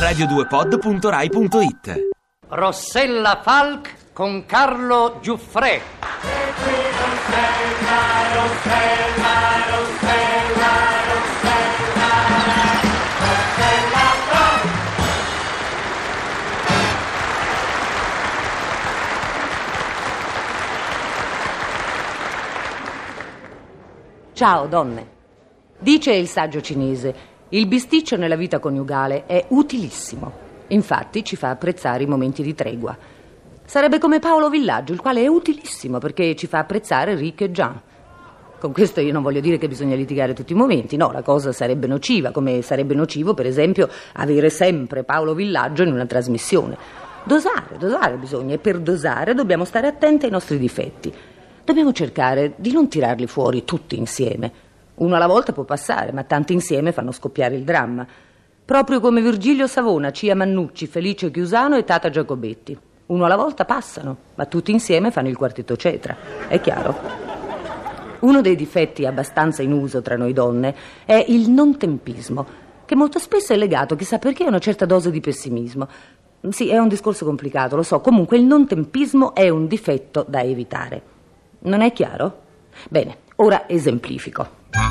radio2pod.rai.it. Rossella Falk con Carlo Giuffrè. Ciao, donne. Dice il saggio cinese: il bisticcio nella vita coniugale è utilissimo. Infatti ci fa apprezzare i momenti di tregua. Sarebbe come Paolo Villaggio, il quale è utilissimo perché ci fa apprezzare Rick e Jean. Con questo io non voglio dire che bisogna litigare tutti i momenti, no, la cosa sarebbe nociva, come sarebbe nocivo, per esempio, avere sempre Paolo Villaggio in una trasmissione. Dosare bisogna, e per dosare dobbiamo stare attenti ai nostri difetti. Dobbiamo cercare di non tirarli fuori tutti insieme. Uno alla volta può passare, ma tanti insieme fanno scoppiare il dramma. Proprio come Virgilio Savona, Cia Mannucci, Felice Chiusano e Tata Giacobetti. Uno alla volta passano, ma tutti insieme fanno il quartetto Cetra. È chiaro? Uno dei difetti abbastanza in uso tra noi donne è il non tempismo, che molto spesso è legato, chissà perché, a una certa dose di pessimismo. Sì, è un discorso complicato, lo so. Comunque il non tempismo è un difetto da evitare. Non è chiaro? Bene, ora esemplifico.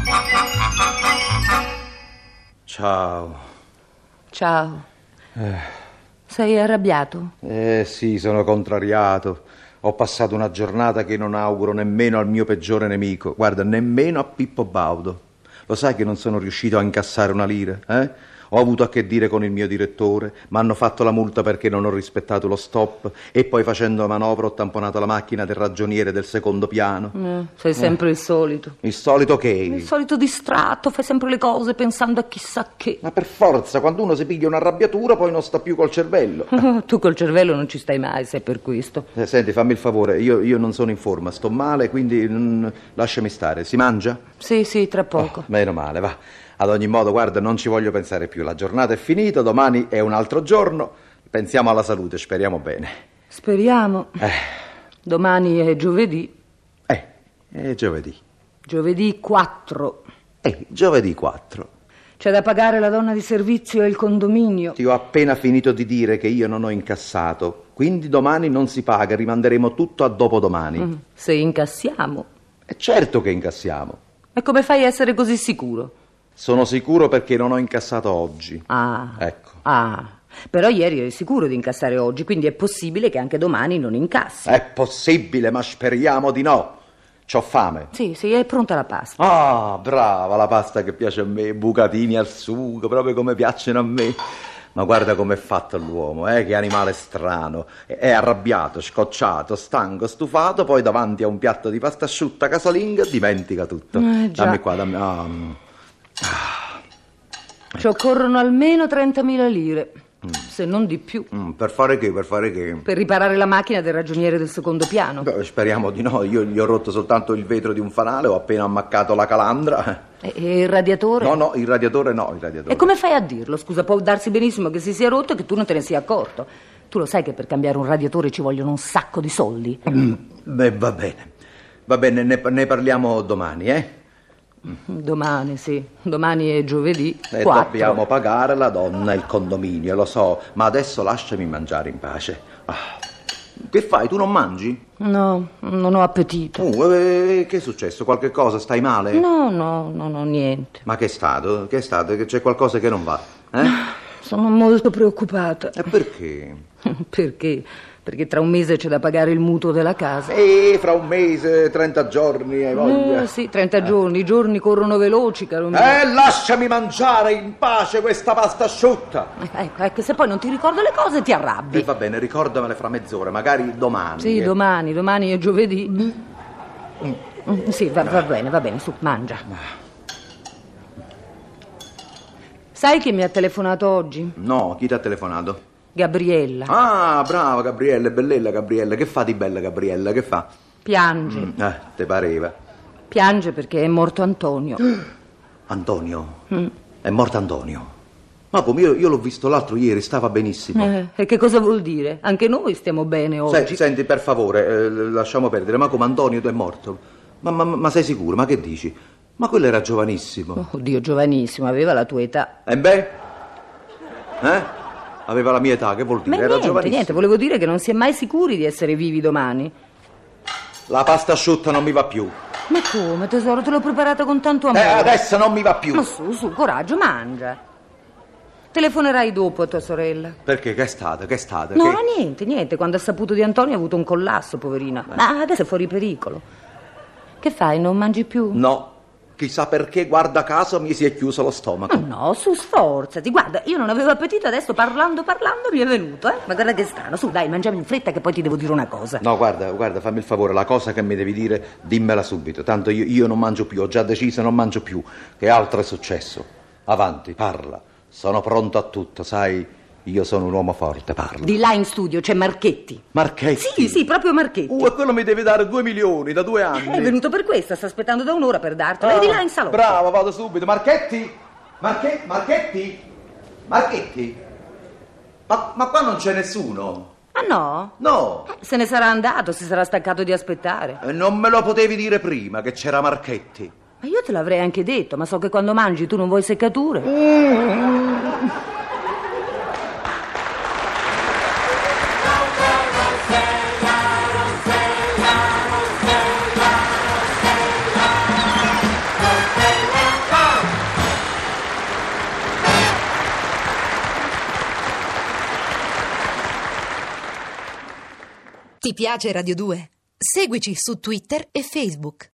Ciao. Ciao. Sei arrabbiato? Sì, sono contrariato. Ho passato una giornata che non auguro nemmeno al mio peggiore nemico. Guarda, nemmeno a Pippo Baudo. Lo sai che non sono riuscito a incassare una lira, Ho avuto a che dire con il mio direttore, mi hanno fatto la multa perché non ho rispettato lo stop e poi facendo la manovra ho tamponato la macchina del ragioniere del secondo piano. Sei sempre il solito. Il solito che? Il solito distratto, fai sempre le cose pensando a chissà che. Ma per forza, quando uno si piglia un'arrabbiatura poi non sta più col cervello. Tu col cervello non ci stai mai, se è per questo. Senti, fammi il favore, io non sono in forma, sto male, quindi lasciami stare. Si mangia? Sì, tra poco. Meno male, va. Ad ogni modo, guarda, non ci voglio pensare più. La giornata è finita, domani è un altro giorno. Pensiamo alla salute, speriamo bene. Speriamo. Domani è giovedì. È giovedì. Giovedì 4. Giovedì 4. C'è da pagare la donna di servizio e il condominio. Ti ho appena finito di dire che io non ho incassato. Quindi domani non si paga, rimanderemo tutto a dopodomani. Se incassiamo. È certo che incassiamo. E come fai a essere così sicuro? Sono sicuro perché non ho incassato oggi. Ecco. Però ieri eri sicuro di incassare oggi, quindi è possibile che anche domani non incassi. È possibile, ma speriamo di no. C'ho fame. Sì, è pronta la pasta. Ah, brava, la pasta che piace a me, bucatini al sugo, proprio come piacciono a me. Ma guarda com'è fatto l'uomo, che animale strano. È arrabbiato, scocciato, stanco, stufato, poi davanti a un piatto di pasta asciutta casalinga dimentica tutto. Già. Dammi qua, dammi. Ci occorrono almeno 30.000 lire, se non di più. Per fare che? Per riparare la macchina del ragioniere del secondo piano. Beh, speriamo di no. Io gli ho rotto soltanto il vetro di un fanale, ho appena ammaccato la calandra. E il radiatore? No, il radiatore no. E come fai a dirlo? Scusa, può darsi benissimo che si sia rotto e che tu non te ne sia accorto. Tu lo sai che per cambiare un radiatore ci vogliono un sacco di soldi? Beh, va bene, ne parliamo domani, Domani, sì. Domani è giovedì 4. E dobbiamo pagare la donna il condominio, lo so, ma adesso lasciami mangiare in pace. Che fai, tu non mangi? No, non ho appetito. Che è successo? Qualche cosa? Stai male? No, niente. Ma che è stato? Che c'è qualcosa che non va? Sono molto preoccupata. E perché? Perché tra un mese c'è da pagare il mutuo della casa. Fra un mese, 30 giorni, hai voglia? Sì, 30 giorni, i giorni corrono veloci, caro mio. Lasciami mangiare in pace questa pasta asciutta. Ecco, se poi non ti ricordo le cose ti arrabbi. Va bene, ricordamele fra mezz'ora, magari domani. Sì, domani è giovedì. Sì, va bene, su, mangia. Sai chi mi ha telefonato oggi? No, chi ti ha telefonato? Gabriella. Ah, brava Gabriella, è bellella Gabriella. Che fa di bella Gabriella? Che fa? Piange. Te pareva. Piange perché è morto Antonio. Antonio? È morto Antonio? Ma come io l'ho visto l'altro ieri, stava benissimo. E che cosa vuol dire? Anche noi stiamo bene oggi. Senti, per favore, lasciamo perdere. Ma come Antonio è morto? Ma sei sicuro? Ma che dici? Ma quello era giovanissimo. Oddio, giovanissimo, aveva la tua età. E beh? Aveva la mia età, che vuol dire? Ma Era niente, giovanissimo. niente, volevo dire che non si è mai sicuri di essere vivi domani. La pasta asciutta non mi va più. Ma come, tesoro, te l'ho preparata con tanto amore. Adesso non mi va più. Ma su, coraggio, mangia. Telefonerai dopo a tua sorella. Perché? Che è stato? No, niente. Quando ha saputo di Antonio ha avuto un collasso, poverina. Ma adesso è fuori pericolo. Che fai, non mangi più? No, chissà perché, guarda caso, mi si è chiuso lo stomaco. No, su, sforzati. Guarda, io non avevo appetito, adesso parlando mi è venuto, Ma guarda che strano. Su, dai, mangiamo in fretta che poi ti devo dire una cosa. No, guarda, fammi il favore, la cosa che mi devi dire, dimmela subito. Tanto io non mangio più, ho già deciso, non mangio più. Che altro è successo? Avanti, parla. Sono pronto a tutto, sai, io sono un uomo forte, parla. Di là in studio c'è Marchetti. Marchetti? Sì, proprio Marchetti. E quello mi deve dare 2 milioni da 2 anni. È venuto per questo, sta aspettando da un'ora per dartelo. È di là in salotto. Bravo, vado subito. Marchetti? Marchetti? Ma qua non c'è nessuno. Ah no? No. Se ne sarà andato, si sarà staccato di aspettare. Non me lo potevi dire prima che c'era Marchetti. Ma io te l'avrei anche detto, ma so che quando mangi tu non vuoi seccature. Ti piace Radio 2? Seguici su Twitter e Facebook.